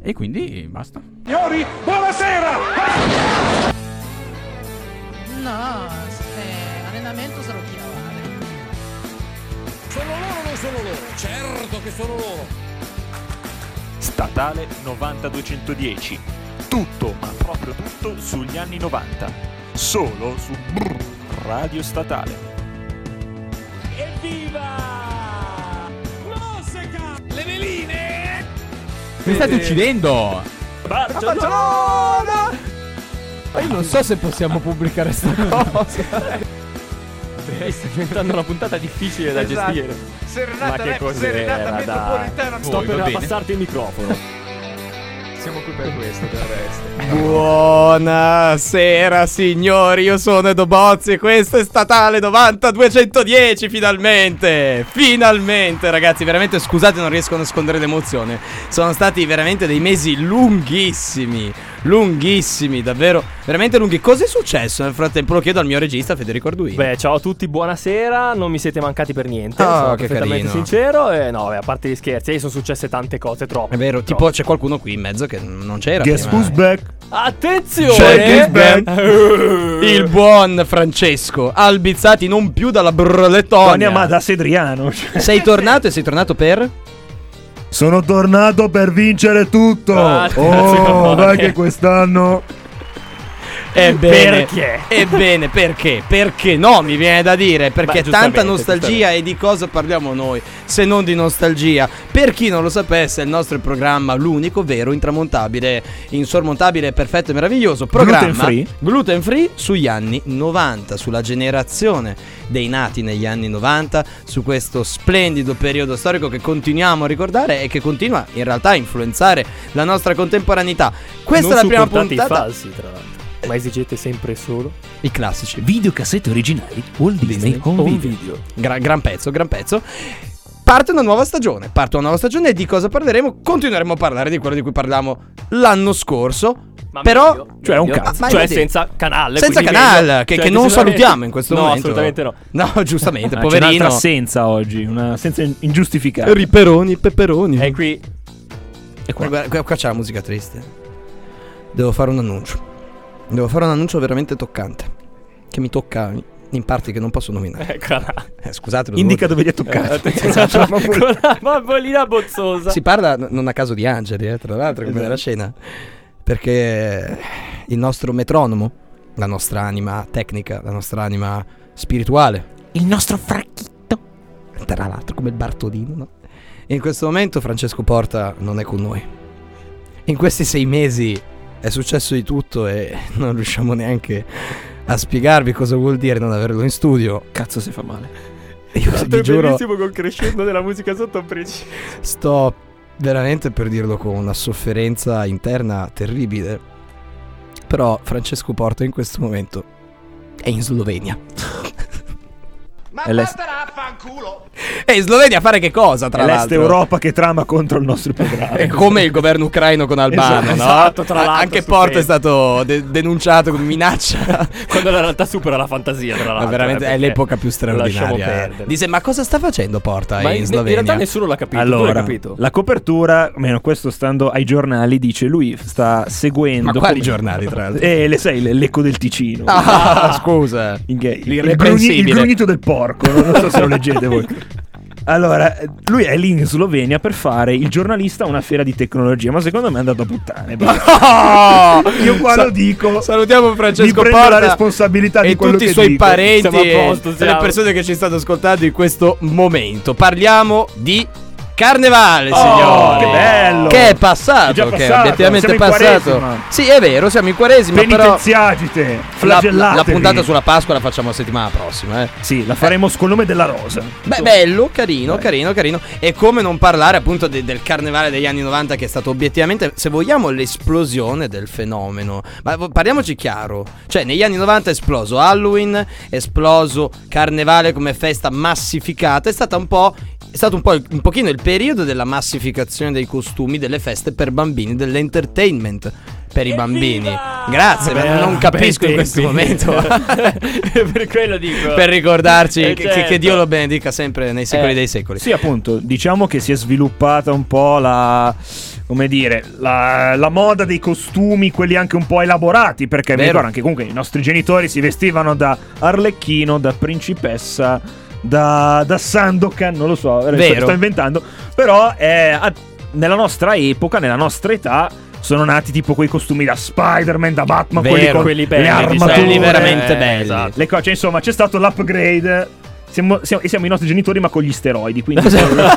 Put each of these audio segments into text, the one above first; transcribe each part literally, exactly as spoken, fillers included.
E quindi basta. Signori, buonasera! No, eh, allenamento sarò chiamare. Sono loro o non sono loro? Certo che sono loro. Statale novanta duecentodieci. Tutto, ma proprio tutto sugli anni novanta. Solo su Brrr, Radio Statale. Evviva! Mosseca! Le veline! Mi state uccidendo! Barcellona! Ma io non so se possiamo pubblicare sta cosa. Sta diventando una puntata difficile da Esatto. gestire. Serenata, Ma che me- cos'era, serenata dai. metropolitana. Sto Voi, per va bene. abbassarti il microfono. Siamo qui per questo, del resto. Buonasera signori, io sono Edo Bozzi e questo è Statale novanta duecentodieci, finalmente, finalmente ragazzi, veramente scusate, non riesco a nascondere l'emozione, sono stati veramente dei mesi lunghissimi, lunghissimi, davvero, veramente lunghi. Cosa è successo nel frattempo? Lo chiedo al mio regista Federico Arduino. Beh, ciao a tutti, buonasera. Non mi siete mancati per niente. Oh, sono che perfettamente carino. sincero. E no, beh, a parte gli scherzi, ieri sono successe tante cose, troppe. È vero, troppe. tipo c'è qualcuno qui in mezzo che non c'era Guess prima. who's back? Attenzione! Check is back. Il buon Francesco Albizzati, non più dalla Brlettonia. Tonia, ma da Sedriano. Sei tornato e sei tornato per? Sono tornato per vincere tutto. Ah, attenzione. Oh, dai che quest'anno. Ebbene, Perché? Ebbene, perché? Perché no, mi viene da dire, perché Beh, tanta giustamente, nostalgia. E di cosa parliamo noi, se non di nostalgia? Per chi non lo sapesse, il nostro programma, l'unico, vero, intramontabile, insormontabile, perfetto e meraviglioso programma Gluten free? gluten free sugli anni novanta, sulla generazione dei nati negli anni novanta, su questo splendido periodo storico che continuiamo a ricordare e che continua in realtà a influenzare la nostra contemporaneità. Questa Non è la prima supportate i puntata. falsi, tra l'altro. Ma esigete sempre solo I classici. Videocassette originali Walt Disney un Home video. Video. Gra- gran pezzo, gran pezzo. Parte una nuova stagione. Parte una nuova stagione e di cosa parleremo? Continueremo a parlare di quello di cui parlavamo l'anno scorso. Ma Però meglio, cioè, un meglio. cazzo. Ma Cioè vedi- senza canale, senza quindi canale, meglio. che, Cioè, che non decisamente- salutiamo in questo no, momento. assolutamente no. No, giustamente, Ah, poverino. c'è un'altra assenza oggi, una assenza ingiustificata. Riperoni, peperoni. E qui E qua, guarda, qua, qua c'è la musica triste. Devo fare un annuncio. Devo fare un annuncio veramente toccante, che mi tocca in parti che non posso nominare. eccola. Eh, scusate, lo Indica devo- dove gli è toccato. Attenzione, con la bambolina bozzosa. Si parla n- non a caso di angeli, eh, tra l'altro, come nella scena. Perché il nostro metronomo, la nostra anima tecnica, la nostra anima spirituale, Il nostro fracchito. tra l'altro come il Bartolino, no? E in questo momento Francesco Porta non è con noi. In questi sei mesi è successo di tutto e non riusciamo neanche a spiegarvi cosa vuol dire non averlo in studio. Cazzo se fa male. Io vi giuro, col crescendo della musica sotto preciso. sto veramente per dirlo con una sofferenza interna terribile. Però Francesco Porta in questo momento è in Slovenia. Ma l'est, E in Slovenia a fare che cosa, tra è l'est l'altro? Europa che trama contro il nostro programma. È come il governo ucraino con Albano, Esatto, no? esatto, tra l'altro, Anche stupendo. Porta è stato de- denunciato come minaccia. Quando la realtà supera la fantasia, tra Ma l'altro. veramente eh, è perché l'epoca più lasciamo straordinaria. perdere. Dice, ma cosa sta facendo Porta Ma in in, in Slovenia? realtà nessuno l'ha capito. tu Allora, l'hai capito? la copertura, almeno questo stando ai giornali, dice lui sta seguendo. Ma quali come- giornali, tra l'altro? Eh, le sai, le- l'Eco del Ticino. Ah, scusa. In gay. Il, grugni- L'irreprensibile. il grugnito del porco, non so se lo leggete voi. Allora, lui è lì in Slovenia per fare il giornalista a una fiera di tecnologia, ma secondo me è andato a puttane. Oh! Io qua Sa- lo dico. Salutiamo Mi Francesco prendo Porta la responsabilità e di quello tutti i che suoi dico. parenti Siamo a e posto, le siamo. persone che ci stanno ascoltando in questo momento. Parliamo di Carnevale, Oh, signori. che bello. Che è passato, È già che è passato, obiettivamente siamo in passato. Quaresima. Sì, è vero, siamo in Quaresima, però Penitenziagite, la, flagellatevi. la puntata sulla Pasqua la facciamo la settimana prossima, eh. Sì, la faremo col nome della rosa. Beh, bello, carino, carino, carino. E come non parlare appunto de- del carnevale degli anni novanta, che è stato obiettivamente, se vogliamo, l'esplosione del fenomeno. Ma vo- parliamoci chiaro. Cioè, negli anni novanta è esploso Halloween, è esploso Carnevale come festa massificata. È stata un po'... È stato un po' il- un pochino il periodo della massificazione dei costumi, delle feste per bambini, dell'entertainment per i bambini. Grazie, Beh, ma non capisco in bei questo tempi. momento. Per quello dico. Per ricordarci Eh, che, certo. che Dio lo benedica sempre nei secoli Eh. dei secoli. Sì, appunto, diciamo che si è sviluppata un po' la, come dire, la, la moda dei costumi, quelli anche un po' elaborati, perché mi Vero. ricordo anche comunque i nostri genitori si vestivano da Arlecchino, da principessa, da, da Sandokan, non lo so, adesso Vero. sto inventando, però è, a- nella nostra epoca, nella nostra età, sono nati tipo quei costumi da Spider-Man, da Batman, Vero, quelli con quelli belli, le diciamo. armature, Quelli veramente Eh, belli. esatto. le cose, insomma, c'è stato l'upgrade. Siamo, siamo, e siamo i nostri genitori, ma con gli steroidi. Quindi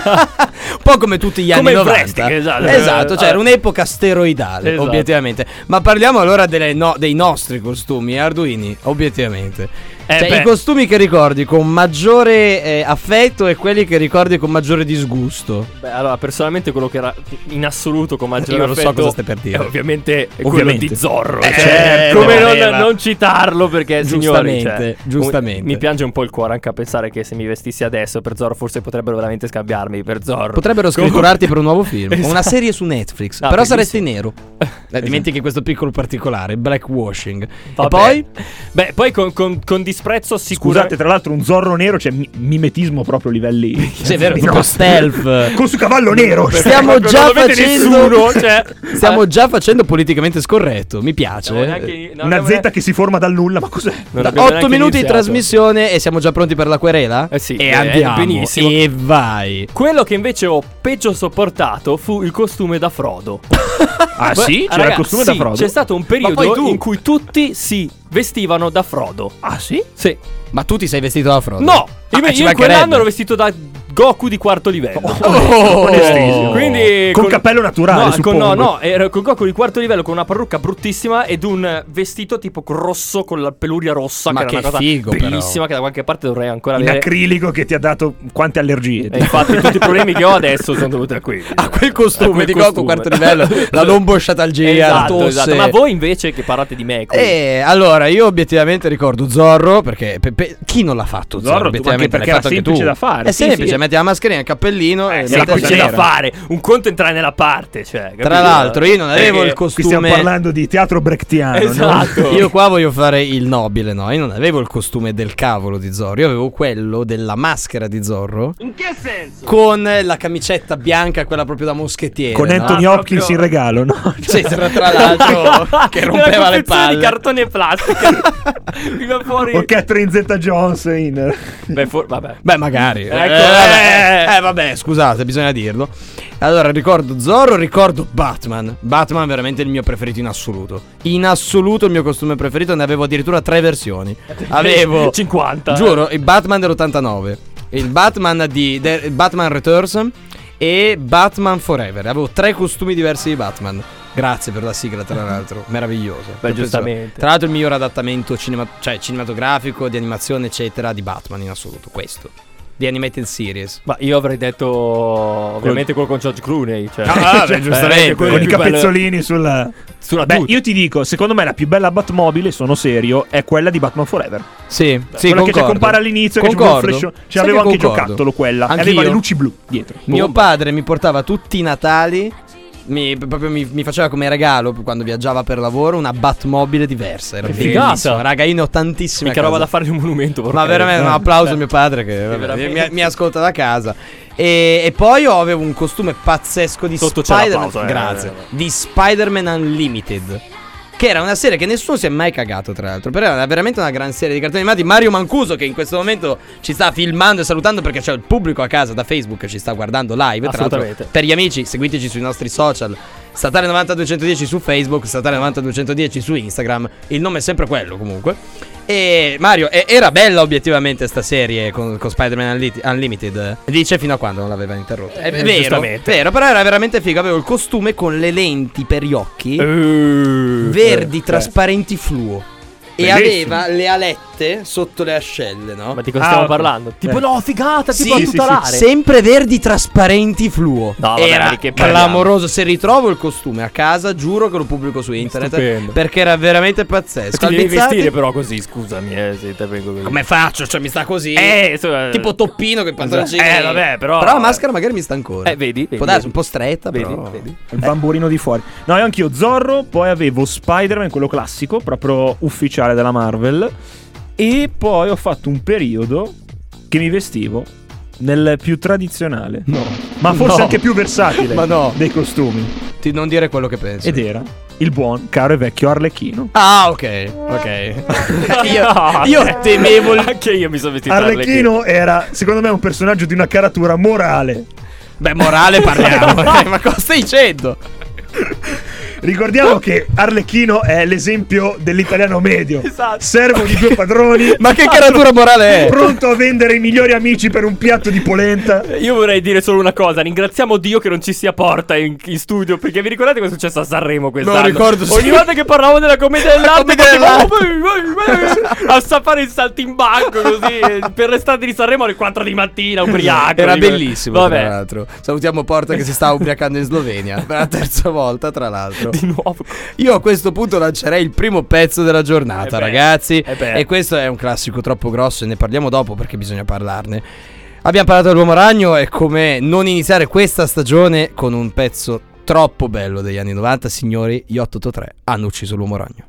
Un po' come tutti gli Come anni il novanta. wrestling, esatto. Esatto, cioè Eh. era un'epoca steroidale, Esatto. obiettivamente. Ma parliamo allora delle no- dei nostri costumi, Arduini, obiettivamente. Eh, Cioè, beh. i costumi che ricordi con maggiore eh, affetto e quelli che ricordi con maggiore disgusto. Beh, allora, personalmente quello che era in assoluto con maggiore Io lo so affetto cosa stai per dire. è ovviamente è quello Ovviamente. di Zorro. Eh, cioè, certo, come non, voleva. non citarlo perché, signori, Giustamente, cioè, giustamente. Mi piange un po' il cuore anche a pensare che se mi vestissi adesso per Zorro forse potrebbero veramente scambiarmi per Zorro. Potrebbero scritturarti per un nuovo film, Esatto. una serie su Netflix. Ah, però bellissimo. saresti nero. Eh, dimentichi questo piccolo particolare, blackwashing. Vabbè. E poi? Beh, poi con, con- con disprezzo sicuro. scusate, tra l'altro, un Zorro nero, c'è mi- mimetismo proprio a livelli. Sì, è vero, No. proprio stealth. Con su cavallo nero. Stiamo proprio già non lo vede facendo nessuno, cioè, Stiamo eh, già facendo politicamente scorretto, mi piace. non neanche- non Una abbiamo Z che si forma dal nulla, ma cos'è? non Da abbiamo otto neanche minuti di iniziato. trasmissione e siamo già pronti per la querela? Eh sì, e eh, andiamo. benissimo. E vai. Quello che invece ho peggio sopportato fu il costume da Frodo. Ah, Beh, sì? C'era raga, il costume sì, da Frodo? C'è stato un poi periodo tu- in cui tutti si vestivano da Frodo. Ah, sì? Sì. Ma tu ti sei vestito da Frodo? No, Ah, io, ci io in mancherebbe. quell'anno ero vestito da Goku di quarto livello. Oh, Onestissimo. Quindi Con cappello naturale, no, con, suppongo. no, no, ero con Goku di quarto livello con una parrucca bruttissima ed un vestito tipo rosso con la peluria rossa. Ma che, che era una cosa figo, però. bellissima che da qualche parte dovrei ancora In avere. acrilico che ti ha dato quante allergie. E infatti tutti i problemi che ho adesso sono dovuti a quelli. A quel costume A quel di Goku costume. quarto livello, la lombosciatalgia, la Esatto, tosse. esatto. Ma voi invece che parlate di me quindi- Eh, allora, io obiettivamente ricordo Zorro, perché pe- pe- chi non l'ha fatto Zorro? Zorro, tu- obiettivamente anche perché l'hai era fatto anche semplice tu. da fare, È sì, semplice, sì. metti la mascherina, il cappellino e Eh, sì, la c'è cosa da nera. fare. Un conto è entrare nella parte, cioè, Tra capito? l'altro, io non avevo Perché- il Qui stiamo costume. parlando di teatro brechtiano, no? Esatto. Io qua voglio fare il nobile, no? Io non avevo il costume del cavolo di Zorro, io avevo quello della maschera di Zorro. In che senso? Con la camicetta bianca, quella proprio da moschettiere. Con no? Anthony Ah, Hopkins proprio- in regalo, no? Sì, tra, tra l'altro, che Nella rompeva le confezione palle. di cartone e plastica. Viva fuori. O Catherine Zeta-Jones in... Beh, for- vabbè. Beh, magari. Ecco, eh, vabbè. eh. Eh, vabbè, scusate, bisogna dirlo. Allora, ricordo Zorro, ricordo Batman. Batman è veramente il mio preferito in assoluto. In assoluto il mio costume preferito, ne avevo addirittura tre versioni. Avevo cinquanta. Giuro, il Batman dell'ottantanove, il Batman di de- il Batman Returns e Batman Forever. Avevo tre costumi diversi di Batman. Grazie per la sigla, tra l'altro, meraviglioso. Beh, Penso- giustamente. Tra l'altro il miglior adattamento cinema- cioè, cinematografico, di animazione, eccetera, di Batman in assoluto, questo. Di Animated Series. Ma io avrei detto ovviamente quello con George Clooney, cioè, Ah, beh, giustamente. quello Con i più bello- capezzolini sulla... sulla Beh, tuta. io ti dico, secondo me la più bella Batmobile, sono serio, è quella di Batman Forever. Sì, sì, Quella che concordo. ci compare all'inizio, che c'è un Concordo. flash. Sai Ci avevo che anche concordo. giocattolo quella. E Anch'io. aveva le luci blu dietro. Mio Bomba. padre mi portava tutti i Natali. Mi, proprio mi, mi faceva come regalo quando viaggiava per lavoro una Batmobile diversa. Era Che bellissimo. figata. Raga, io ne ho tantissime. Mica a roba casa. da fare di un monumento. Ma porca veramente un miseria. applauso a mio padre che vabbè, veramente. mi, mi ascolta da casa. E, e poi io avevo un costume pazzesco di Sotto c'è Spider-Man. l'applauso, eh. Grazie. Di Spider-Man Unlimited. Che era una serie che nessuno si è mai cagato, tra l'altro. Però era veramente una gran serie di cartoni animati. Mario Mancuso, che in questo momento ci sta filmando e salutando perché c'è il pubblico a casa da Facebook che ci sta guardando live. Tra l'altro, Assolutamente. per gli amici, seguiteci sui nostri social. Statale novanta duecentodieci su Facebook, Statale novanta duecentodieci su Instagram. Il nome è sempre quello, comunque. E Mario, e- era bella obiettivamente sta serie con, con Spider-Man Unli- Unlimited. Dice fino a quando non l'aveva interrotta. È Eh, vero, giustamente. vero, però era veramente figo. Avevo il costume con le lenti per gli occhi Eh, verdi eh, trasparenti fluo. E Bellissimo. aveva le alette piante sotto le ascelle, no? Ma di cosa stiamo Ah, ok. parlando? Tipo, Eh. no, figata, tipo Sì, a sì, tutelare. Sempre verdi trasparenti fluo. No, vabbè, era ma di che parliamo? clamoroso. Se ritrovo il costume a casa, giuro che lo pubblico su internet. Stupendo. Perché era veramente pazzesco. Ti devi Albizzati- vestire però così, scusami, eh, se te vengo così. Come faccio? Cioè, mi sta così. Eh, insomma, Tipo toppino che pantaloncini. Eh, vabbè, però. Però la maschera magari mi sta ancora. Eh, vedi? vedi Può darsi un vedi. po' stretta, Vedi, però. vedi. Il bamburino di fuori. No, io anch'io Zorro, poi avevo Spider-Man, quello classico, proprio ufficiale della Marvel. E poi ho fatto un periodo che mi vestivo nel più tradizionale. No. Ma forse No. anche più versatile Ma no. dei costumi. Ti non dire quello che pensi. Ed era il buon, caro e vecchio Arlecchino. Ah, ok. Ok. io, io temevo il... Anche io mi sono vestito da Arlecchino era, secondo me, un personaggio di una caratura morale. Beh, morale parliamo. eh, ma cosa stai dicendo? Ricordiamo che Arlecchino è l'esempio dell'italiano medio. Esatto. Servo di due padroni, Ma che caratura morale è? pronto a vendere i migliori amici per un piatto di polenta. Io vorrei dire solo una cosa: ringraziamo Dio che non ci sia Porta in, in studio. Perché vi ricordate cosa è successo a Sanremo quest'anno? Me lo ricordo, sì. Ogni volta che parlavamo della commedia dell'arte, commedia facevo, "Oh, vai, vai, vai", a sapere il saltimbanco così per l'estate di Sanremo alle quattro di mattina, ubriaco. Era Dico, bellissimo, Vabbè, tra l'altro. Salutiamo Porta che si sta ubriacando in Slovenia per la terza volta, tra l'altro. di nuovo. Io a questo punto lancerei il primo pezzo della giornata, Eh beh, ragazzi. eh beh. E questo è un classico troppo grosso e ne parliamo dopo perché bisogna parlarne. Abbiamo parlato dell'Uomo Ragno e come non iniziare questa stagione con un pezzo troppo bello degli anni novanta, signori. Gli otto otto tre hanno ucciso l'Uomo Ragno.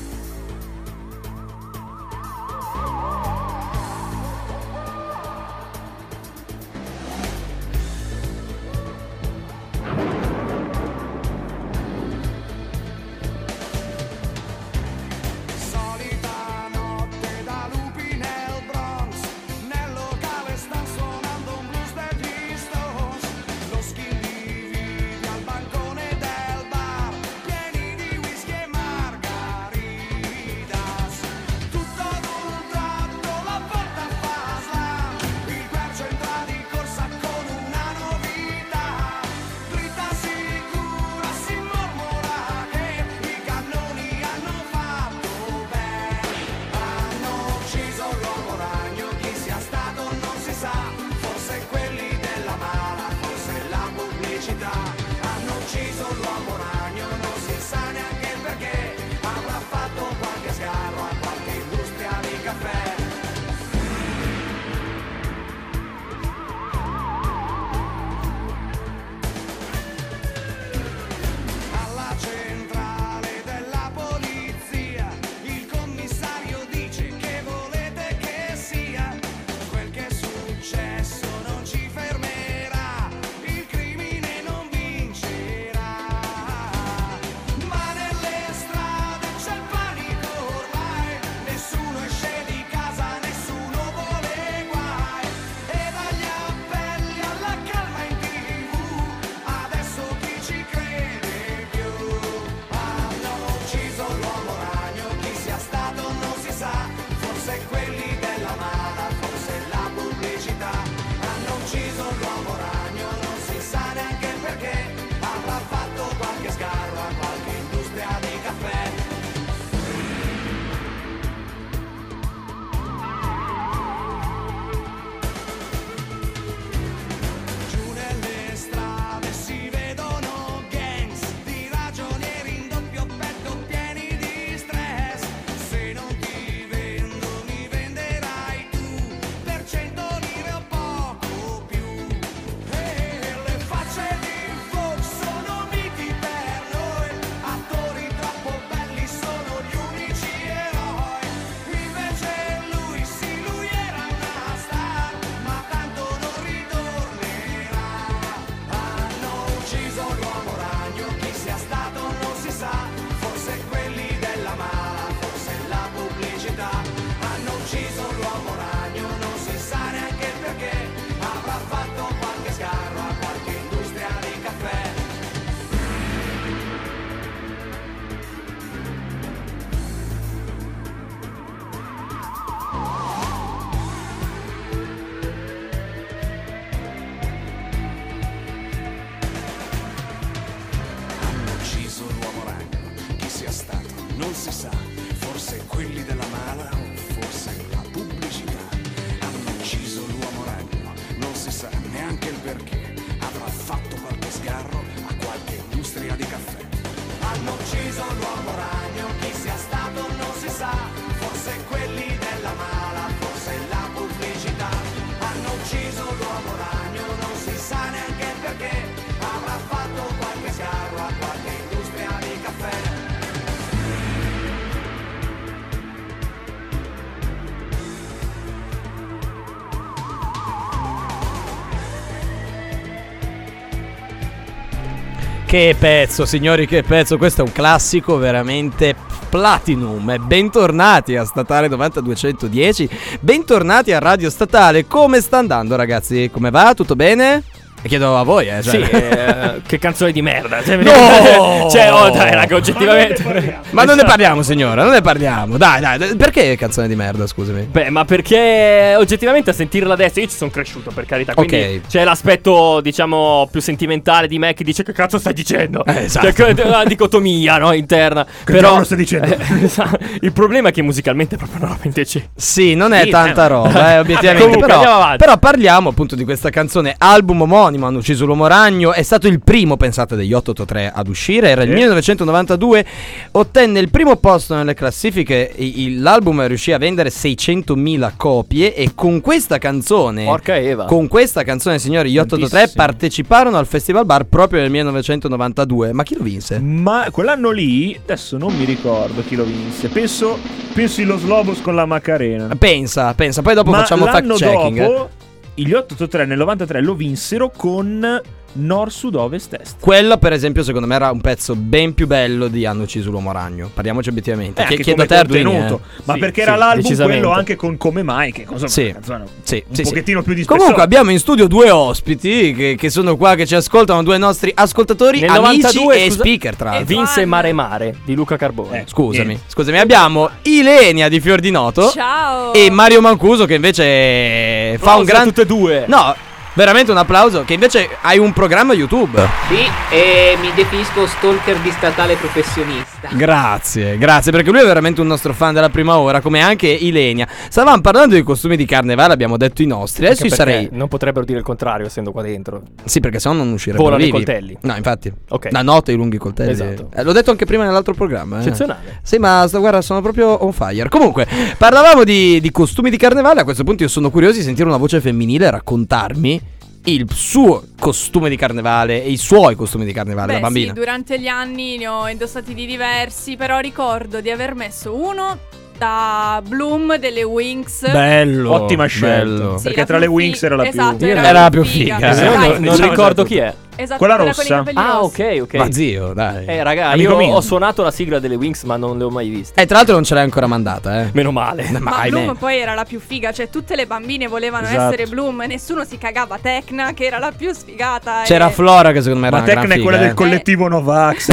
Solita notte da lupi nel Bronx, nel locale sta suonando un blues degli Stones. Lo skin di vidi al bancone del bar, pieni di whisky e margaritas. Tutto ad un tratto la porta fa slam, il quercio entra di corsa con una novità. Dritta sicura si mormora che i cannoni hanno fatto bene. Hanno ucciso l'uomo ragno, chi sia stato non si sa, forse quelli della mala, forse la pubblicità. Hanno ucciso l'uomo ragno, non si sa neanche il perché, avrà fatto qualche sgarro a qualche industria di caffè. Alla centrale della polizia il commissario dice che volete che sia. Quel che è successo non ci fermerà, il crimine non vincerà. Ma nelle strade c'è il panico ormai, nessuno esce di casa, nessuno vuole guai. E dagli appelli alla calma in tv, adesso chi ci crede più? Hanno ucciso l'uomo ragno, chi sia stato non si sa, forse quelli della mala, forse la pubblicità. Hanno ucciso l'uomo ragno, non si sa neanche il perché, avrà fatto qualche sgarro a qualche industria di caffè. Giù nelle strade si vedono gangs di ragionieri in doppio petto pieni di stress. Se non ti vendo mi venderai tu per cento lire o poco più. E le facce di Fox sono miti per noi, attori troppo belli sono gli unici eroi. Invece lui sì, lui era una star, ma tanto non ritornerà. Hanno ucciso l'uomo ragno, chi sia stato non si sa, forse quelli della mala, forse la pubblicità. Hanno ucciso l'uomo ragno, non si sa neanche il perché, avrà fatto qualche sgarro a qualche industria di caffè. Hanno ucciso l'uomo ragno, chi sia stato non si sa, forse quelli della mala o forse perché avrà fatto qualche sgarro a qualche industria di caffè. Hanno ucciso l'uomo ragno, chi sia stato non si sa, forse quelli della mala, forse la pubblicità. Hanno ucciso l'uomo ragno, non si sa neanche perché, avrà fatto qualche sgarro a qualche industria di caffè. Che pezzo, signori, che pezzo. Questo è un classico veramente platinum. E bentornati a Statale novantaduecentodieci. Bentornati a Radio Statale. Come sta andando, ragazzi? Come va? Tutto bene? E chiedo a voi, eh. Cioè. Sì, eh, che canzone di merda. Cioè, No! cioè oh, dai, raga, oggettivamente. Ma non ne parliamo, signora, non ne parliamo. Dai, dai, perché canzone di merda, scusami? Beh, ma perché oggettivamente a sentirla adesso io ci sono cresciuto, per carità. Quindi Ok. c'è l'aspetto, diciamo, più sentimentale di me che dice che cazzo stai dicendo. Eh, esatto. Cioè, che- una dicotomia, no, interna. Che Però cavolo stai dicendo? Eh, esatto. Il problema è che musicalmente è proprio una roba indecente. Sì, non è Sì, tanta eh. roba, eh, obiettivamente. Comunque, però, andiamo avanti. però parliamo appunto di questa canzone, album omonimo, Hanno ucciso l'uomo ragno. È stato il primo, pensate, degli otto otto tre ad uscire. Era il Sì. millenovecentonovantadue. Ottenne il primo posto nelle classifiche. I- il- L'album riuscì a vendere seicentomila copie. E con questa canzone, Porca Eva. con questa canzone, signori, gli otto otto tre Tantissimo. parteciparono al Festival Bar proprio nel millenovecentonovantadue. Ma chi lo vinse? Ma quell'anno lì, adesso non mi ricordo chi lo vinse. Penso, penso i Los Lobos con la Macarena. Pensa, pensa. Poi dopo Ma facciamo fact l'anno checking. dopo, gli otto otto tre nel novantatré lo vinsero con Nord, Sud, Ovest, Est. Quello, per esempio, secondo me era un pezzo ben più bello di Hanno ucciso l'uomo ragno. Parliamoci obiettivamente. Eh, Che- anche chiedo a come te, Arduini, contenuto. eh. Ma Sì, perché sì, era l'album decisamente. quello anche con Come Mai, che cosa Sì. una canzone Sì, un sì, sì. pochettino più di spessore. Comunque abbiamo in studio due ospiti che, che sono qua, che ci ascoltano, due nostri ascoltatori, Nel amici novantadue, e scusa- speaker, tra l'altro. Vinse Mare Mare di Luca Carbone. Eh, Scusami, niente. scusami, abbiamo Ilenia di Fior di Noto Ciao. e Mario Mancuso che invece fa un Applausi a gran... tutte e due. No, veramente un applauso, che invece hai un programma YouTube. Sì, e mi definisco stalker di statale professionista. Grazie, grazie, perché lui è veramente un nostro fan della prima ora, come anche Ilenia. Stavamo parlando di costumi di carnevale, abbiamo detto i nostri. Adesso Anche io perché sarei... non potrebbero dire il contrario essendo qua dentro. Sì, perché sennò non uscirebbero Volano i vivi. coltelli. No, infatti. Ok. La notte i lunghi coltelli. Esatto. Eh, l'ho detto anche prima nell'altro programma. eh. Eccezionale. Sì, ma sta- guarda, sono proprio on fire. Comunque, parlavamo di, di costumi di carnevale. A questo punto io sono curioso di sentire una voce femminile raccontarmi il suo costume di carnevale e i suoi costumi di carnevale Beh, da bambina. sì, durante gli anni ne ho indossati di diversi, però ricordo di aver messo uno da Bloom delle Wings. Bello. Ottima scelta. bello. Sì, Perché la tra più le Wings fi- era la esatto, più era, Era la più figa. Eh, Esatto. io Dai, non, non diciamo ricordo esatto. chi è. esatto, Quella con rossa. i capelli Ah, rossi. ok, ok. Ma zio, dai. Eh, raga, Amico io mio. ho suonato la sigla delle Wings, ma non le ho mai viste. E tra l'altro non ce l'hai ancora mandata, eh. Meno male. Ma, Ma ahimè. Bloom poi era la più figa, cioè tutte le bambine volevano Esatto. essere Bloom, nessuno si cagava Tecna che era la più sfigata. C'era e... Flora che secondo me era Ma una gran Tecna è figa, quella eh. del collettivo Novax.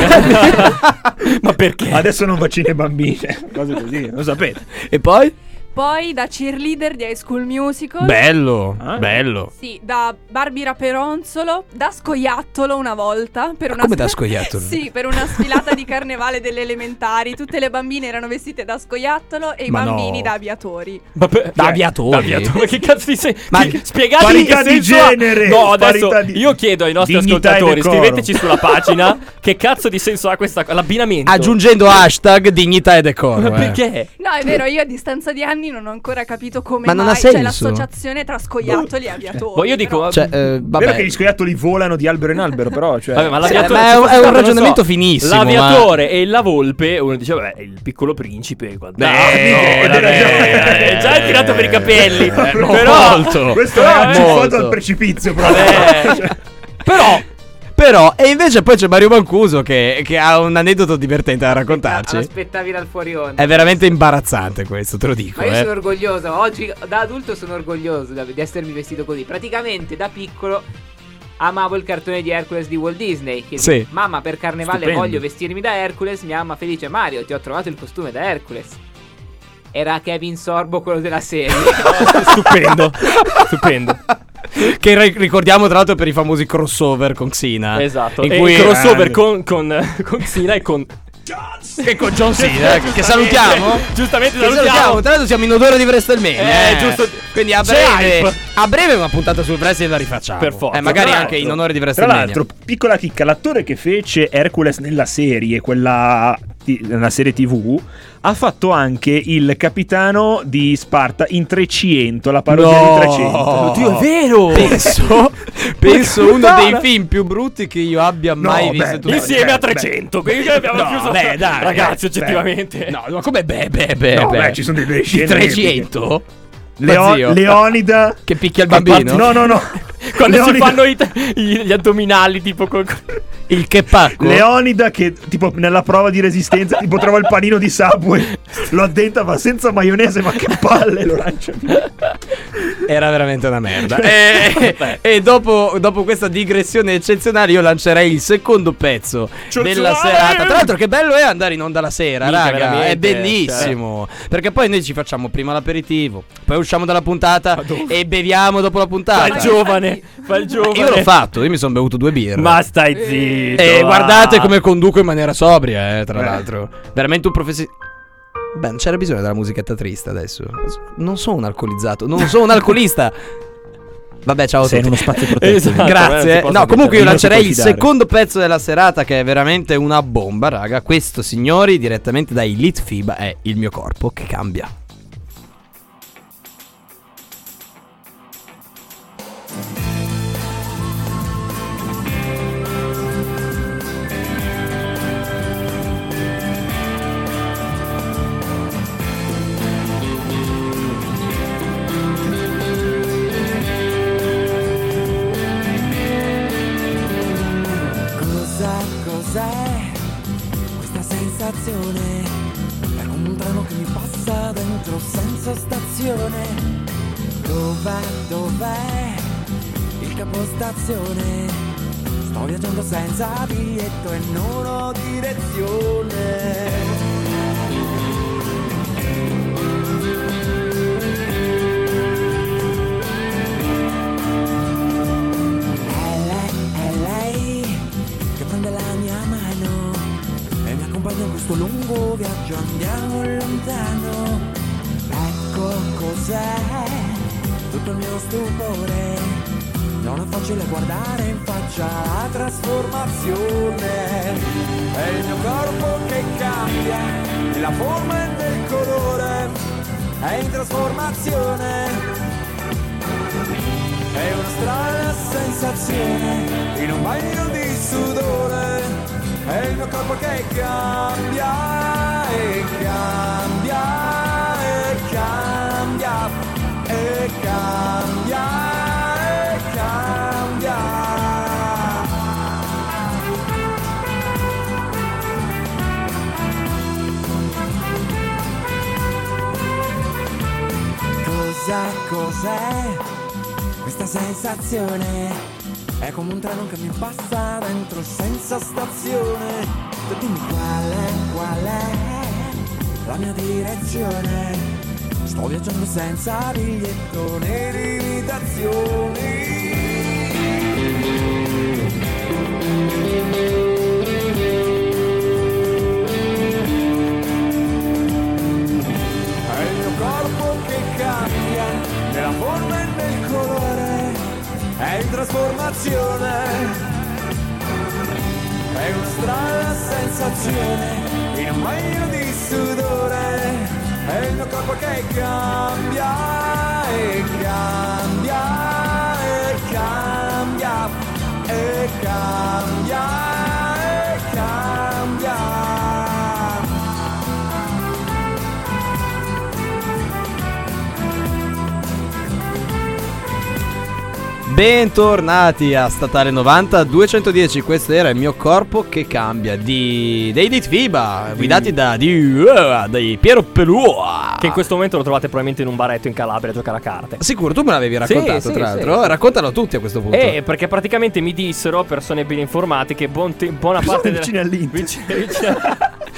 Ma perché? Adesso non vaccina i bambini. Cose così, lo sapete. E poi? Poi da cheerleader di High School Musical. Bello, Ah. bello. Sì, da Barbie Raperonzolo, da scoiattolo una volta. Per Ma una come da sfila- scoiattolo? Sì, per una sfilata di carnevale delle elementari. Tutte le bambine erano vestite da scoiattolo e i Ma bambini no. da aviatori. Ma per- Da cioè, aviatori? Da aviatori. Ma che cazzo di sei? Ma- Ma spiegatemi Parità che di senso ha- genere, No, adesso parità di- io chiedo ai nostri dignità e ascoltatori, decoro. scriveteci sulla pagina che cazzo di senso ha questa l'abbinamento. Aggiungendo hashtag dignità e decoro. Ma eh. perché? No, è vero, io a distanza di anni non ho ancora capito come Ma non mai ha senso. c'è l'associazione tra scoiattoli e aviatori. Boh, io dico, però- Cioè, eh, Vero vabbè. che gli scoiattoli volano di albero in albero, però. Cioè, Vabbè, ma Sì, l'aviatore ma è ci un- può è un stare, non ragionamento so. finissimo, L'aviatore e la volpe, uno dice, vabbè, il piccolo principe. Guarda, Beh, no, hai vabbè, ragione. eh, già è tirato per i capelli. Eh, però, molto. questo però, è eh, acciuffato molto. al precipizio, proprio. vabbè. Però, Però, e invece poi c'è Mario Mancuso che, che ha un aneddoto divertente da raccontarci. Aspettavi dal fuori onda. È veramente imbarazzante questo, te lo dico. Ma io eh. sono orgoglioso, oggi da adulto sono orgoglioso da- di essermi vestito così. Praticamente da piccolo amavo il cartone di Hercules di Walt Disney. Che Sì. dice, mamma, per carnevale Stupendo. voglio vestirmi da Hercules. Mia mamma felice, Mario, ti ho trovato il costume da Hercules. Era Kevin Sorbo, quello della serie. stupendo. Stupendo. Che ri- ricordiamo tra l'altro per i famosi crossover con Xina. Esatto. In E cui il crossover grande. con, con, con Xina e con Che con John Cena, eh, che salutiamo. Giustamente Che salutiamo. salutiamo. Tra l'altro siamo in odore di WrestleMania. Eh, giusto. Quindi a C'è breve, hype. a breve una puntata sul wrestling la rifacciamo. Per forza. Eh, magari Tra anche in l'altro- onore di Tra WrestleMania. l'altro, piccola chicca, l'attore che fece Hercules nella serie, quella ti- nella serie tivù, ha fatto anche il capitano di Sparta in trecento, la parodia No. di trecento. Oddio, è vero. Penso, penso uno puttana. dei film più brutti che io abbia mai beh, visto. beh, tutta- Insieme beh, a trecento. Quindi abbiamo No, chiuso. beh, dai, Ragazzi, beh, oggettivamente. No, ma come beh beh beh No, beh. beh, ci sono delle Di scene trecento? Leo- Ma zio, Leonida che picchia il bambino? No, no, no. Quando si Leonida- fanno i, i- gli addominali, tipo con. Il che pacco. Leonida che tipo nella prova di resistenza tipo trova il panino di Subway, lo addenta, va senza maionese, ma che palle, lo lancia via. Era veramente una merda. e e dopo, dopo questa digressione eccezionale, io lancerei il secondo pezzo della serata. Tra l'altro, che bello è andare in onda la sera, Minchia, raga. veramente, È bellissimo. Perché poi noi ci facciamo prima l'aperitivo, poi usciamo dalla puntata e beviamo dopo la puntata. Fa il giovane. Fa il giovane. Io l'ho fatto, io mi sono bevuto due birre. Ma stai zitto. E va. guardate come conduco in maniera sobria, eh, tra l'altro. Veramente un professionista. Beh, non c'era bisogno della musichetta triste adesso. Non sono un alcolizzato, non sono un alcolista. Vabbè, ciao a Sei in tutti. uno spazio protetto. Esatto, non Grazie. si possono No, comunque io non si lancerei può il fidare. secondo pezzo della serata, che è veramente una bomba, raga. Questo, signori, direttamente da Elite Fiba, è Il mio corpo che cambia. Cosa, cos'è questa sensazione? È come un treno che mi passa dentro senza stazione. Dov'è, dov'è il capostazione? Sto viaggiando senza biglietto e non ho direzione. È lei, è lei che prende la mia mano e mi accompagna in questo lungo viaggio, andiamo lontano. Ecco cos'è tutto il mio stupore. Non è facile guardare in faccia la trasformazione. È il mio corpo che cambia, la forma e del colore. È in trasformazione. È una strana sensazione in un bagno di sudore. È il mio corpo che cambia e cambia e cambia e cambia e cambia. Cos'è, cos'è questa sensazione? È come un treno che mi passa dentro senza stazione. Tu dimmi qual è, qual è la mia direzione. Sto viaggiando senza biglietto né limitazioni. È il mio corpo che cambia nella forma e nel colore. È in trasformazione. È una strana sensazione in un bagno di sudore. È il mio corpo che cambia e cambia e cambia e cambia e cambia. Bentornati a Statale novanta duecentodieci. Questo era Il mio corpo che cambia di dei Elite Fiba, guidati da di, uh, dai Piero Pelua, Che in questo momento lo trovate probabilmente in un baretto in Calabria a giocare a carte. Sicuro, tu me l'avevi raccontato, Sì, sì, tra sì, l'altro. sì. Raccontalo a tutti a questo punto. Eh, perché praticamente mi dissero persone ben informate che buon te- buona parte della vicini all'Inter. vicini- vicini-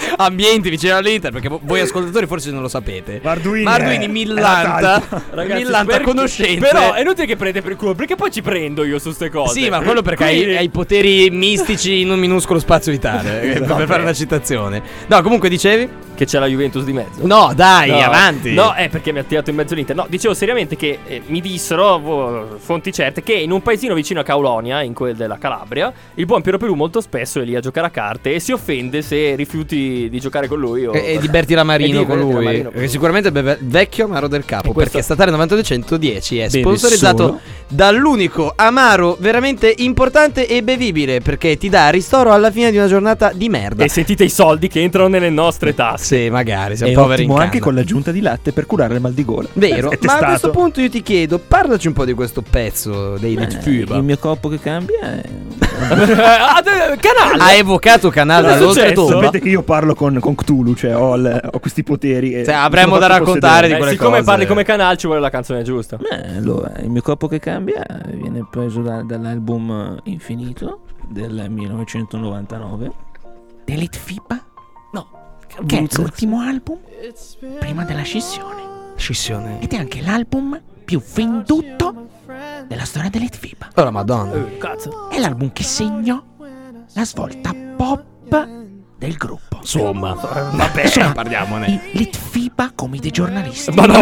ambienti vicino all'Inter, perché vo- voi ascoltatori forse non lo sapete. Marduini, Marduini è- millanta, Ragazzi, millanta perché- conoscenze. Però è inutile che prendete per il culo, perché poi ci prendo io su ste cose. Sì, ma quello perché hai, Quindi- hai poteri mistici in un minuscolo spazio vitale. eh, per fare una citazione. No, comunque dicevi? Che c'è la Juventus di mezzo. No, dai, No, avanti. No, è perché mi ha tirato in mezzo l'Inter. No, dicevo seriamente che eh, mi dissero vo- fonti certe che in un paesino vicino a Caulonia, in quel della Calabria, il buon Piero Pelù molto spesso è lì a giocare a carte e si offende se rifiuti di giocare con lui. O... E, e di Berti Lamarino E di con Berti lui. Lamarino con Che lui. sicuramente è beve- vecchio amaro del capo. E questo- Perché Statale novantadue centodieci è Beve sponsorizzato solo. dall'unico amaro veramente importante e bevibile. Perché ti dà ristoro alla fine di una giornata di merda. E sentite i soldi che entrano nelle nostre tasse. Sì, magari siamo È poveri in ottimo canna. anche con l'aggiunta di latte per curare il mal di gola. Vero, È ma a testato. questo punto io ti chiedo, parlaci un po' di questo pezzo dei Eh, Litfuba. il mio corpo che cambia è... Ah, de- canale! Ha evocato Canale Cosa è dall'oltretomba. successo? Sapete che io parlo con, con Cthulhu, cioè ho, il- ho questi poteri. E Cioè, avremmo sono da fatto raccontare possedere. di quelle Eh, siccome cose. parli come canal ci vuole la canzone giusta. Eh, allora, il mio corpo che cambia viene preso da- dall'album Infinito del millenovecentonovantanove dell'Elite FIBA, che è l'ultimo album prima della scissione Scissione. ed è anche l'album più venduto della storia dell'Elite FIBA. Oh la madonna. Eh, cazzo. È l'album che segnò la svolta pop del gruppo. Insomma, vabbè, Sono parliamone. i Litfiba come dei giornalisti. Ma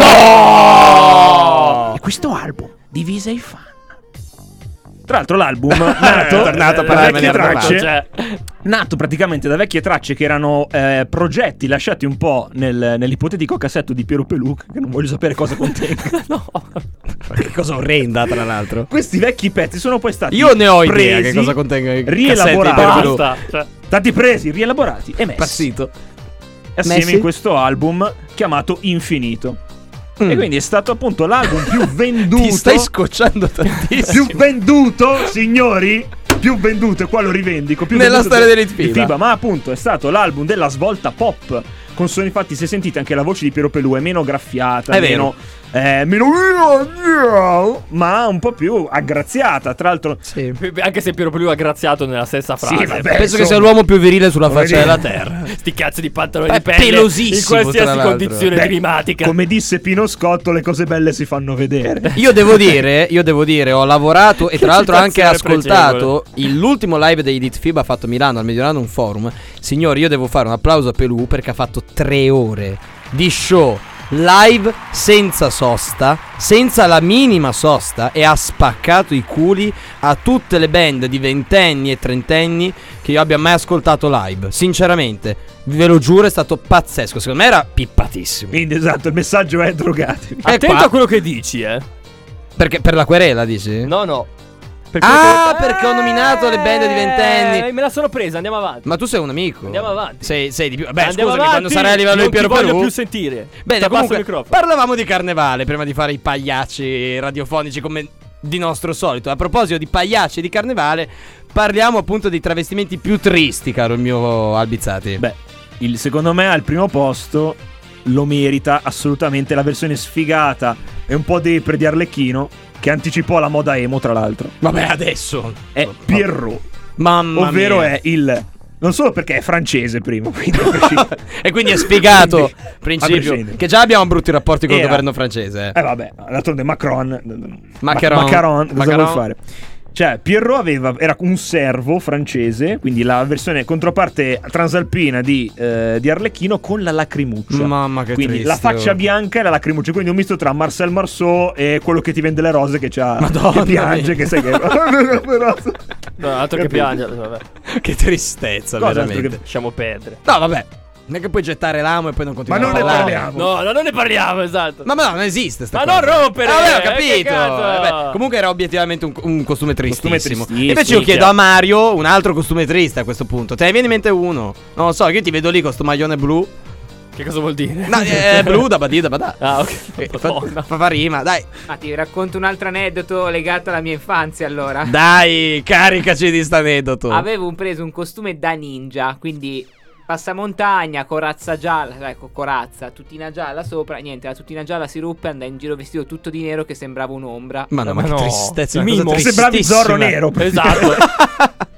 no! E questo album divise i fan. Tra l'altro l'album nato, È tornato a da parlarmene vecchie a tracce, Cioè, nato praticamente da vecchie tracce che erano eh, progetti lasciati un po' nel- nell'ipotetico cassetto di Piero Pelù, che non voglio sapere cosa contenga. no. Che cosa orrenda, tra l'altro. Questi vecchi pezzi sono poi stati Io ne ho idea presi, che cosa contenga i rielaborati, cassetti per Pelù. Basta. Cioè, stati presi, rielaborati e messi Passito. assieme Messi? in questo album chiamato Infinito. Mm. E quindi è stato appunto l'album più venduto. Ti stai scocciando tantissimo. più venduto, signori, più venduto, e qua lo rivendico, più Nella venduto storia di- dell'Elite di FIBA. FIBA, ma appunto è stato l'album della svolta pop. Con suoni, infatti, se sentite anche la voce di Piero Pelù è meno graffiata, È meno, eh, meno, ma un po' più aggraziata. Tra l'altro, Sì. anche se Piero Pelù ha graziato nella stessa Sì, frase. vabbè. Penso che insomma. sia l'uomo più virile sulla Come faccia dire. della terra. Sti cazzo di pantaloni È di pelle pelosissimo, in tra qualsiasi l'altro. condizione beh, climatica. come disse Pino Scotto, le cose belle si fanno vedere. Io devo dire, io devo dire, ho lavorato e tra l'altro anche citazione ascoltato il- l'ultimo live dei Elite FIBA fatto a Milano, al Mediolanum Forum. Signori, io devo fare un applauso a Pelù perché ha fatto tre ore di show live senza sosta, senza la minima sosta, e ha spaccato i culi a tutte le band di ventenni e trentenni che io abbia mai ascoltato live. Sinceramente, ve lo giuro, è stato pazzesco. Secondo me era pippatissimo. Quindi esatto, il messaggio è drogatevi. È Attento qua. a quello che dici, eh. Perché per la querela, dici? No, no. Per Ah, quello perché ho nominato le band di ventenni. Eh, me la sono presa, andiamo avanti. Ma tu sei un amico. Andiamo avanti. Sei, sei di più. Beh, Andiamo scusami, quando avanti, sarai a livello non di Piero ti voglio Pelù. più sentire. Bene, T'abbasso comunque, il microfono. parlavamo di carnevale prima di fare i pagliacci radiofonici come di nostro solito. A proposito di pagliacci e di carnevale, parliamo appunto dei travestimenti più tristi, caro il mio Albizzati. Beh, il, secondo me al primo posto lo merita assolutamente la versione sfigata e un po' depre di Arlecchino, che anticipò la moda emo, tra l'altro. Vabbè, adesso È Pierrot, Mamma ovvero mia. è il... Non solo perché è francese primo, quindi a prescindere. E quindi è spiegato Quindi, a principio prescindere. che già abbiamo brutti rapporti col Era- governo francese. Eh vabbè, d'altronde Macron Macron. Ma- Macron, cosa Macron. vuol fare? Cioè, Pierrot aveva, era un servo francese, quindi la versione controparte transalpina di, eh, di Arlecchino con la lacrimuccia. Mamma che Quindi triste, la faccia oh. bianca e la lacrimuccia, quindi un misto tra Marcel Marceau e quello che ti vende le rose, che c'ha Madonna che piange, mia. che sai che No, altro che Capito? piangere. Vabbè. Che tristezza, Cosa altro veramente. che- Lasciamo perdere. No, vabbè. Non è che puoi gettare l'amo e poi non Ma continuare non a ne parlare. parliamo. No, no, non ne parliamo, esatto. Ma, ma no, non esiste sta Ma cosa. non rompere, Ah, vabbè, ho eh, che capito. cazzo? Vabbè, comunque era obiettivamente un, un costume tristissimo. Costume tristissimo, Invece io chiedo chiaro. a Mario un altro costume triste a questo punto. Te ne viene in mente uno? Non lo so, io ti vedo lì con sto maglione blu. Che cosa vuol dire? No, è blu da badì da badà. Ah, ok. Eh, fa, Madonna. fa, fa rima, dai. Ah, ti racconto un altro aneddoto legato alla mia infanzia allora. Dai, caricaci di sta aneddoto. Avevo un- preso un costume da ninja, quindi passamontagna, corazza gialla, ecco, corazza, tuttina gialla sopra, niente, la tuttina gialla si ruppe, andai in giro vestito tutto di nero che sembrava un'ombra. Ma no, ma Ma che no. tristezza. Il una cosa Mimo. Sembravi tristissima. Zorro nero. Esatto.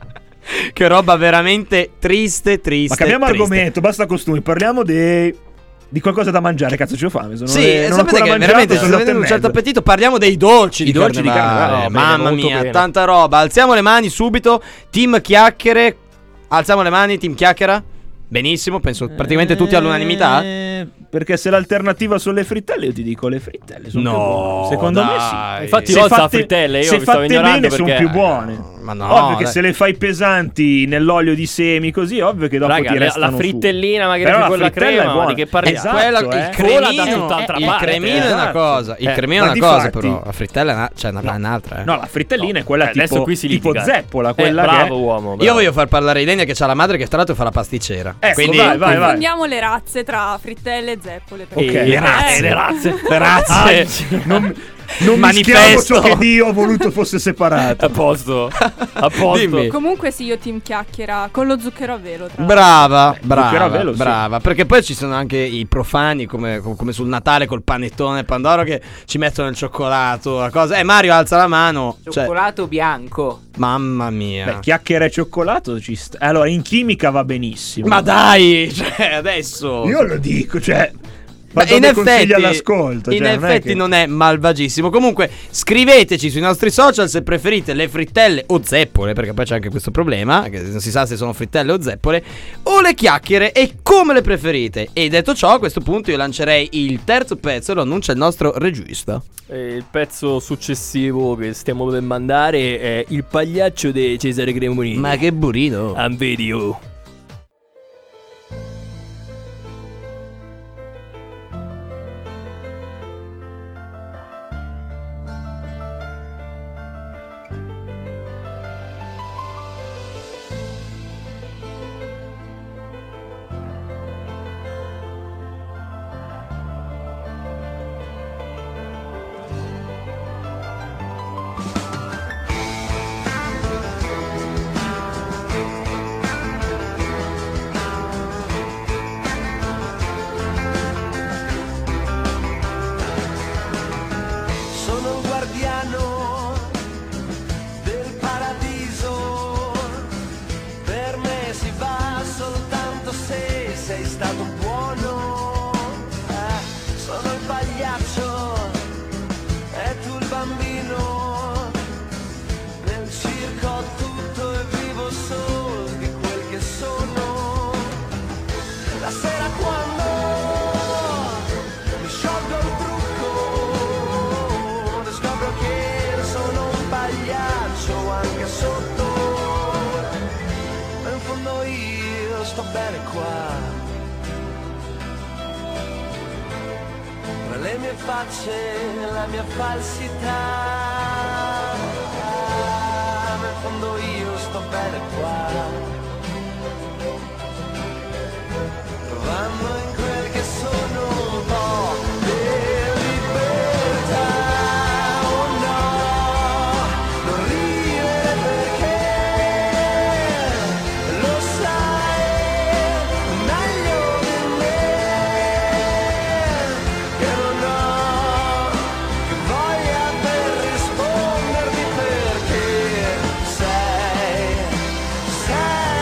Che roba veramente triste, triste. Ma cambiamo triste. argomento, basta costumi, parliamo dei... di qualcosa da mangiare. Cazzo, c'ho fame. Sono Sì, le... non ho sapete ancora che mangiato, veramente sono sto le otto avendo un e certo mezza. appetito. Parliamo dei dolci, I di, dolci di carnevale. carnevale. Va bene, Mamma molto mia, bene. tanta roba. Alziamo le mani subito. Team chiacchiere. Alziamo le mani, team chiacchiera. Benissimo, penso praticamente tutti all'unanimità. Eh, Perché se l'alternativa sono le frittelle, io ti dico le frittelle sono No, più buone. Secondo me sì. dai. Infatti Se Rozza ha fatte- frittelle, io se vi stavo fatte ignorando bene perché... sono più buone. Ma no, ovvio che dai. se le fai pesanti nell'olio di semi così, ovvio che dopo Raga, ti la- restano la su. frittellina magari Però anche la con la frittella crema, è ma buona. di che parliamo? Esatto, Quella- eh. il Vola da cremino, tutt'altra il parte, cremino è una esatto. cosa, il Eh, cremino è ma una cosa, difatti- però la frittella è una, cioè, una, un'altra. Eh. No, la frittellina è quella Eh, adesso tipo, qui si tipo litiga. zeppola, Eh, quella bravo che... uomo, bravo. Io voglio far parlare Ilenia che c'ha la madre che tra l'altro fa la pasticcera. Ecco, Quindi vai, vai, vai. Confondiamo le razze tra frittelle e zeppole. Ok, perché- le Eh, razze, le razze. Le razze. Ah, Non, non Manifesto. mischiamo ciò che Dio ha voluto fosse separato. a posto. A posto. Dimmi. Comunque sì, io team chiacchiera con lo zucchero a velo. Tra Brava, zucchero a brava, velo, sì. brava. Perché poi ci sono anche i profani come, come sul Natale col panettone Pandoro che ci mettono il cioccolato, la cosa. Eh, Mario alza la mano. Cioè, Cioccolato bianco. mamma mia. Beh, chiacchiere e cioccolato ci sta. Allora, in chimica va benissimo. Ma dai, cioè, adesso. Io lo dico, cioè... Ma Ma in in consigli effetti, all'ascolto. in cioè, non è effetti che- non è malvagissimo. Comunque, scriveteci sui nostri social se preferite le frittelle o zeppole, perché poi c'è anche questo problema, che non si sa se sono frittelle o zeppole, o le chiacchiere e come le preferite. E detto ciò, a questo punto io lancerei il terzo pezzo e lo annuncia il nostro regista. E il pezzo successivo che stiamo per mandare è Il pagliaccio di Cesare Cremonini. Ma che burino. Un video. Sono il guardiano del paradiso, per me si va soltanto se sei stato buono. Eh, sono il pagliaccio e tu il bambino, nel circo tutto e vivo solo di quel che sono. La sera quando mi sciolgo il trucco, scopro che sono un pagliaccio anche sotto, ma in fondo io sto bene qua, tra le mie facce e la mia falsità, ma in fondo io sto bene qua, provando in quel che sono un po' di libertà. Oh no, non ridere perché lo sai meglio di me che non ho che voglia per rispondermi, perché sei, sei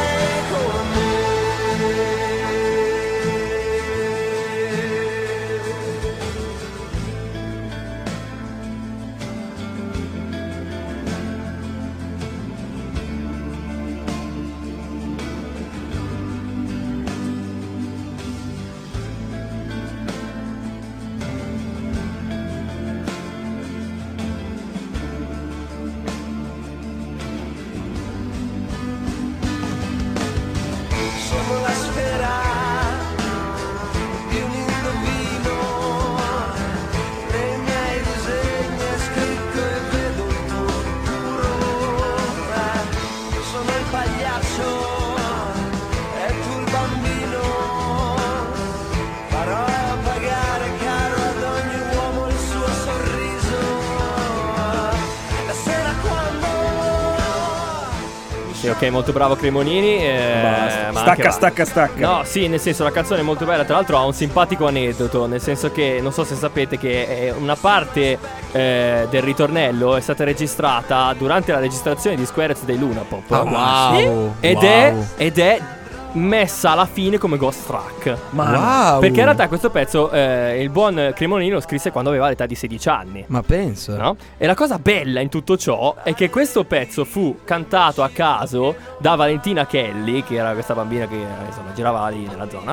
Sì, ok, molto bravo Cremonini. eh, Basta. ma Stacca, anche va. stacca, stacca. No, sì, nel senso la canzone è molto bella. Tra l'altro ha un simpatico aneddoto. Nel senso che, non so se sapete, che è una parte eh, del ritornello è stata registrata durante la registrazione di Squarez dei Luna Pop. Ah, wow. Ed Wow. è ed è messa alla fine come ghost track. Ma wow. Perché in realtà questo pezzo eh, il buon Cremonini lo scrisse quando aveva l'età di sedici anni. Ma pensa. No? E la cosa bella in tutto ciò è che questo pezzo fu cantato a caso da Valentina Kelly, che era questa bambina che insomma girava lì nella zona,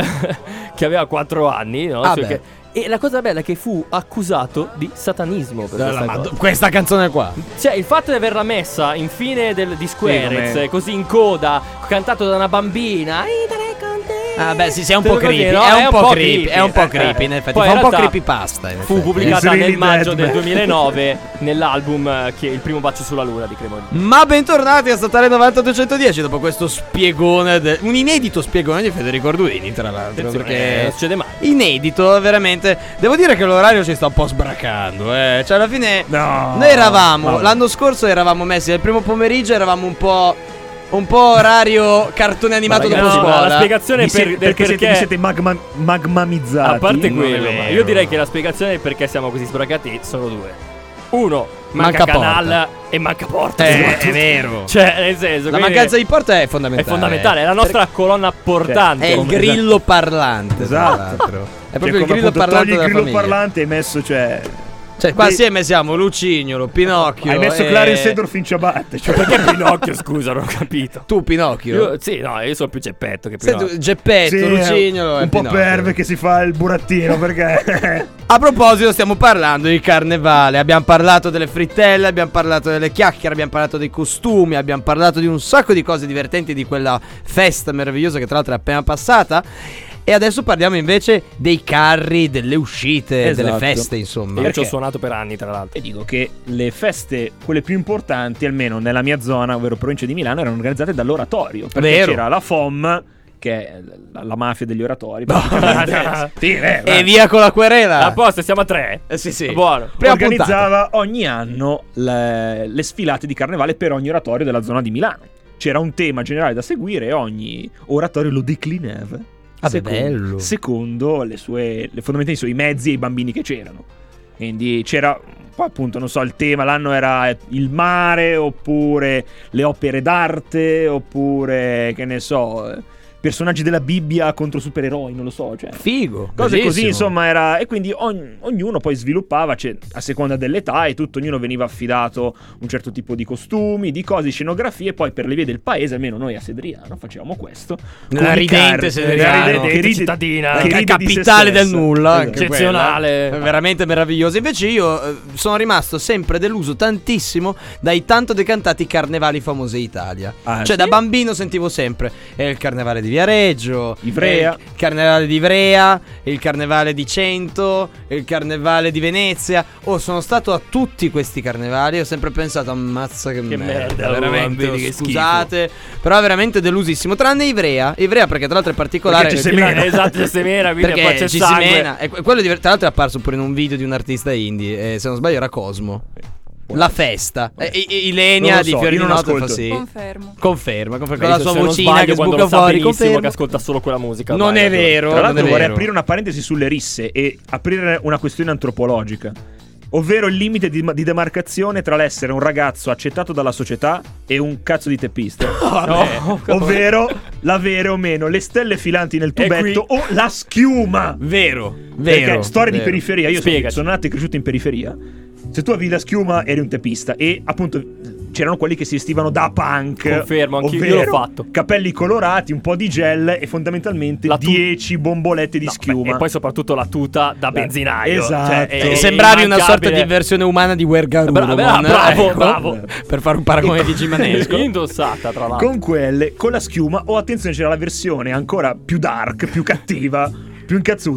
che aveva quattro anni, no? Ah, Cioè beh. che- e la cosa bella è che fu accusato di satanismo per questa Ma cosa. do- questa canzone qua. Cioè il fatto di averla messa in fine del, di Squarez, come- così in coda, cantato da una bambina. "Idere con te". Ah, beh, sì, sì, è un Te po' lo così, creepy. no? È un po' creepy. È un po' Eh, creepy, eh. in effetti. Poi Fa in un po' realtà creepypasta. in Fu effetti. pubblicata It's really nel maggio dead, del man. duemilanove nell'album eh, che è Il primo bacio sulla luna di Cremonini. Ma bentornati a Statale novanta duecentodieci dopo questo spiegone, de- un inedito spiegone di Federico Arduini, tra l'altro. Attenzione, eh, Perché non succede mai. inedito, veramente. Devo dire che l'orario ci sta un po' sbracando. Eh. Cioè, alla fine, No. noi eravamo, No. l'anno scorso eravamo messi nel primo pomeriggio, eravamo un po'. Un po' orario cartone animato Ma dopo ragazzi, ma scuola. la spiegazione Vi per, siete- del perché, siete, vi siete magma- magmamizzati. a parte Non è quello, vero. io direi che la spiegazione perché siamo così sbracati sono due. Uno, manca, Manca canal porta. e manca porta. Eh, soprattutto. è vero. Cioè, nel senso, La quindi mancanza di porta è è fondamentale. fondamentale, è la nostra colonna portante. È il Come- grillo parlante, tra Esatto. l'altro. È Cioè, proprio il come grillo appunto parlante togli il della grillo famiglia. parlante e hai messo, cioè. Cioè, qua Dei- assieme siamo Lucignolo, Pinocchio. Hai messo e- Clarence Seedorf in ciabatte. Cioè, Perché Pinocchio, scusa, non ho capito. Tu, Pinocchio. Io, sì, no, io sono più Geppetto che Sei Pinocchio. tu, Geppetto, sì, Lucignolo e un po' Pinocchio. perve che si fa il burattino perché. A proposito, stiamo parlando di carnevale. Abbiamo parlato delle frittelle, abbiamo parlato delle chiacchiere, abbiamo parlato dei costumi, abbiamo parlato di un sacco di cose divertenti di quella festa meravigliosa che tra l'altro è appena passata. E adesso parliamo invece dei carri, delle uscite, Esatto. delle feste, insomma. Io ci ho Perché? suonato per anni, tra l'altro. E dico che le feste, quelle più importanti, almeno nella mia zona, ovvero provincia di Milano, erano organizzate dall'oratorio. Perché Vero. c'era la F O M, che è la, la mafia degli oratori. praticamente. Sì, eh, E beh. via con la querela. A posto, siamo a tre. Eh, sì, sì. Buono. Prima organizzava ogni anno le, le sfilate di carnevale per ogni oratorio della zona di Milano. C'era un tema generale da seguire e ogni oratorio lo declinava. Ah, beh, secondo, bello. secondo le sue le fondamentalmente i suoi mezzi e i bambini che c'erano. Quindi c'era poi appunto non so il tema l'anno era il mare oppure le opere d'arte oppure che ne so personaggi della Bibbia contro supereroi, non lo so, cioè Figo. cose bellissimo. così, insomma, era. E quindi ogn- ognuno poi sviluppava, cioè, a seconda dell'età e tutto, ognuno veniva affidato un certo tipo di costumi, di cose, di scenografie. E poi per le vie del paese, almeno noi a Sedriano, facevamo questo. Nella con i ridente carri- Sedriano. la ridente- Che ride- cittadina. che La ride di se capitale del stessa. nulla, Esatto. anche Eccezionale. quella. Veramente meraviglioso. Invece io eh, sono rimasto sempre deluso tantissimo dai tanto decantati carnevali famosi d'Italia. Ah, Cioè sì? da bambino sentivo sempre eh, il carnevale di Viareggio, Ivrea. eh, il carnevale di Ivrea, il carnevale di Cento, il carnevale di Venezia. Oh, sono stato a tutti questi carnevali e ho sempre pensato ammazza che, Che merda, merda, veramente, bambini, che scusate, però veramente delusissimo, tranne Ivrea. Ivrea perché tra l'altro è particolare Perché c'è perché- semena. Esatto, c'è semena, quindi perché poi c'è ci sangue. si mena. E que- quello di- tra l'altro è apparso pure in un video di un artista indie. eh, se non sbaglio era Cosmo. La festa. Eh, I- I- Ilenia Non lo di so, Fiori io di non Notte fa ascolto. sì. Confermo. Conferma, conferma. Con Beh, la se sua non vocina sbaglio, che quando sbuca lo sa fuori. benissimo Conferma. che ascolta solo quella musica. Non ormai, è ragione. vero. Tra non l'altro è vorrei vero. aprire una parentesi sulle risse e aprire una questione antropologica, ovvero il limite di, di demarcazione tra l'essere un ragazzo accettato dalla società e un cazzo di teppista. No, Ovvero l'avere o meno le stelle filanti nel E tubetto o la schiuma. Vero, Perché vero. storia vero. di periferia, io sono, Spiegaci. sono nato e cresciuto in periferia. Se tu avevi la schiuma eri un teppista e appunto c'erano quelli che si vestivano da punk. Confermo, anch'io, ovvero io l'ho fatto. Capelli colorati, un po' di gel e fondamentalmente La tu- dieci bombolette di No, schiuma. beh, e poi soprattutto la tuta da benzinaio. Esatto. Cioè, è- Eh, è sembravi una sorta immancabile. di versione umana di Wergarudo. Bra- bra- bravo, bravo. Per fare un paragone di gimanesco. Indossata, tra l'altro. Con quelle, con la schiuma, o attenzione, c'era la versione ancora più dark, più cattiva, più incazzuta,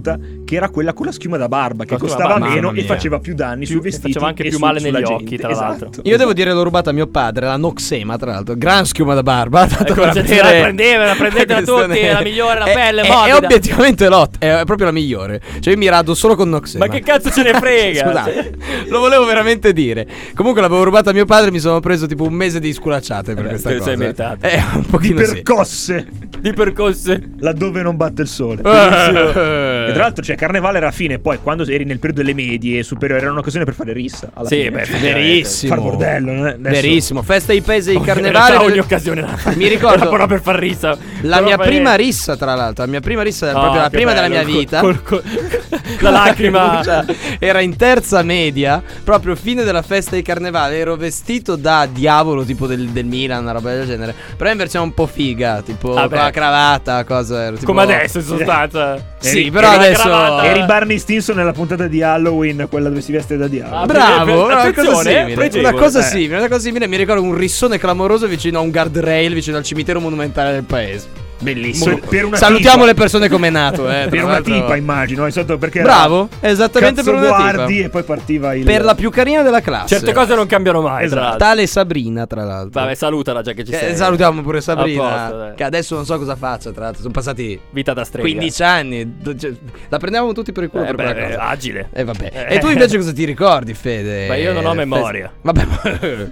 che era quella con la schiuma da barba, che Con la costava barba, meno mamma e mia. faceva più danni sui vestiti. faceva anche e più su- male sulla negli gente. occhi, tra l'altro. Esatto. Io devo dire, l'ho rubata a mio padre, la Noxema, tra l'altro. Gran schiuma da barba. Tanto Ecco, per cioè, avere- la prendeva, la prendetela questione- tutti, è la migliore, la È- pelle, è, morbida. è obiettivamente lot, è proprio la migliore. Cioè io mi rado solo con Noxema. Ma che cazzo ce ne frega? Scusate, lo volevo veramente dire. Comunque l'avevo rubata a mio padre, mi sono preso tipo un mese di sculacciate per Eh, questa te lo cosa. sei meritato. Eh, un Di pochino sì. percosse Di percosse. laddove non batte il sole. Eh. E tra l'altro, cioè, carnevale era fine, poi quando eri nel periodo delle medie superiori era un'occasione per fare rissa. Alla Sì, fine. beh, Cioè, verissimo. Far bordello, non è- adesso- Verissimo. Festa di paese di In realtà carnevale. ogni occasione era- Mi ricordo- era però per far rissa. La Però mia per- prima rissa, tra l'altro, la mia prima rissa, Ah, proprio la che prima della bello, mia col- vita. col- col- la lacrima. Cioè, era in terza media, proprio fine della festa di carnevale. Ero vestito da diavolo, tipo del, del Milan, una roba del genere. Però in versione un po' figa, tipo Ah, con beh. la cravatta, cosa ero, tipo- Come adesso, in sostanza. Sì, Eri- però eri una adesso. cravatta. Eri Barney Stinson nella puntata di Halloween, quella dove si veste da diavolo. Ah, Bravo, una cosa attenzione, simile. pregevole. Una cosa Eh. simile, una cosa simile. Mi ricordo un rissone clamoroso vicino a un guardrail, vicino al cimitero monumentale del paese. Bellissimo. Per una Salutiamo tipa. le persone come è nato, eh, Per tra una l'altro. tipa, immagino. È stato perché era- Bravo, esattamente Cazzo per una guardi tipa. e poi partiva il Per la più carina della classe. Certe cose non cambiano mai, Esatto. tra l'altro. Tale Sabrina, tra l'altro. Vabbè, salutala già che ci Eh, sei. salutiamo pure A Sabrina. posto, dai. che adesso non so cosa faccia, tra l'altro. Sono passati Vita da strega. quindici anni. D- cioè, la prendevamo tutti per il culo Eh, per beh, quella cosa. agile. E vabbè. Eh. E tu invece cosa ti ricordi, Fede? Ma io non ho Eh, memoria. fes- Vabbè, ma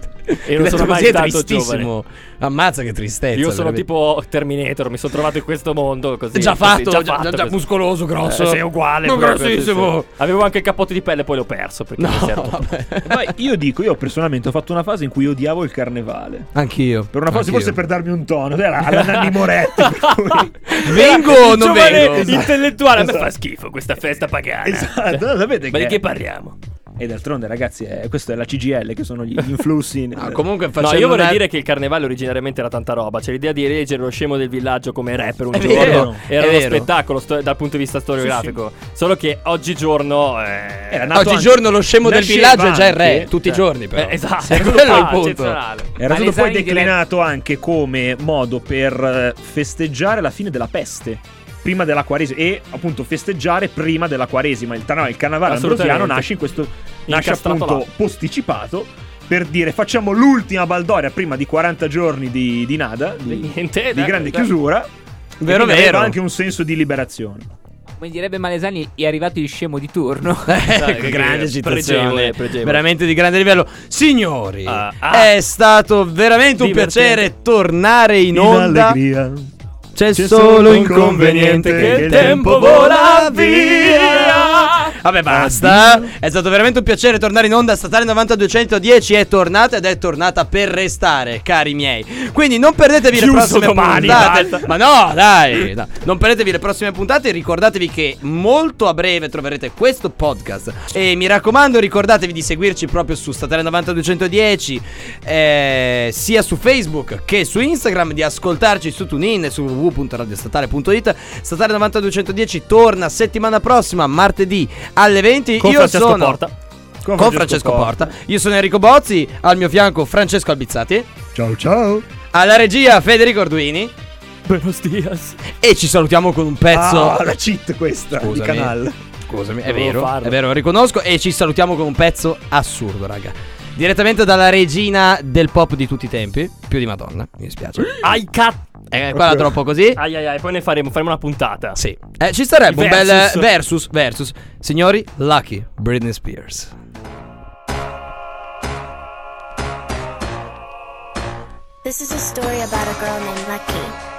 Io non sono mai così è stato tristissimo. Ammazza che tristezza. Io sono veramente. tipo Terminator, mi sono trovato in questo mondo così. Già così, fatto, già, già, fatto già questo. muscoloso, grosso. Eh, sei uguale. Non proprio, grossissimo. sì, sì. Avevo anche il cappotto di pelle, poi l'ho perso. Perché No, mi si era rotto. vabbè. Poi io dico, io personalmente ho fatto una fase in cui odiavo il carnevale. Anch'io. Per una fase Anch'io. forse per darmi un tono, era alla Nanni Moretti. per cui- Vengo o non Giovane vengo? intellettuale, a me Esatto. fa schifo questa festa pagana. Esatto, no, sapete Ma di che- che parliamo? E d'altronde, ragazzi, è, questo è la C G L, che sono gli influssi. Ah, comunque No, facendo io vorrei una- dire che il carnevale originariamente era tanta roba. C'è l'idea di eleggere lo scemo del villaggio come rapper un È giorno. vero, Era è uno vero. spettacolo sto- dal punto di vista storiografico. Solo che oggigiorno. Eh, Era nato Oggigiorno lo scemo del nasceva villaggio è già il re, anche- tutti i giorni però. eh, esatto, È quello il punto. eccezionale. Era stato Alesani poi di declinato anche come modo per eh, festeggiare la fine della peste. Prima della Quaresima. E appunto festeggiare prima della Quaresima. Il, no, il carnevale Assolutamente. ambrosiano nasce in questo. Nasce Incastrato appunto là. posticipato. Per dire facciamo l'ultima baldoria prima di quaranta giorni di, di nada. Di, Niente, di dai, grande dai. chiusura. Vero, E quindi aveva vero. anche un senso di liberazione. Come direbbe Malesani, è arrivato il scemo di turno. Dai, che- grande che- citazione, pregevole, pregevole. veramente di grande livello. Signori, Ah, ah. è stato veramente un Divertente. piacere tornare in In onda. allegria. C'è, C'è solo solo inconveniente inconveniente che il che il tempo tempo vola vola via. Vabbè, basta. È stato veramente un piacere tornare in onda. Statale novanta duecentodieci è tornata ed è tornata per restare, cari miei. Quindi non perdetevi le Chiuso prossime domani, puntate. basta. Ma no, dai, dai. Non perdetevi le prossime puntate. Ricordatevi che molto a breve troverete questo podcast. E mi raccomando, ricordatevi di seguirci proprio su Statale novanta duecentodieci, eh, sia su Facebook che su Instagram, di ascoltarci su TuneIn e su w w w punto radiostatale punto it. Statale novanta duecentodieci torna settimana prossima, martedì alle venti. Con Io Francesco sono Porta. Con, con Francesco Porta. Io sono Enrico Bozzi, al mio fianco Francesco Albizzati, Ciao ciao. alla regia Federico Arduini. Buenos dias. E ci salutiamo con un pezzo. Ah, la cheat questa Scusami. di canale. Scusami, è Dovevo vero, farlo. è vero, lo riconosco. E ci salutiamo con un pezzo assurdo, raga. Direttamente dalla regina del pop di tutti i tempi, più di Madonna, mi dispiace. Ai cat. Eh, qua era troppo così. Ai ai ai, poi ne faremo, faremo una puntata. Sì. Eh, ci starebbe un bel Versus. versus, versus. Signori, Lucky, Britney Spears. This is a story about a girl named Lucky.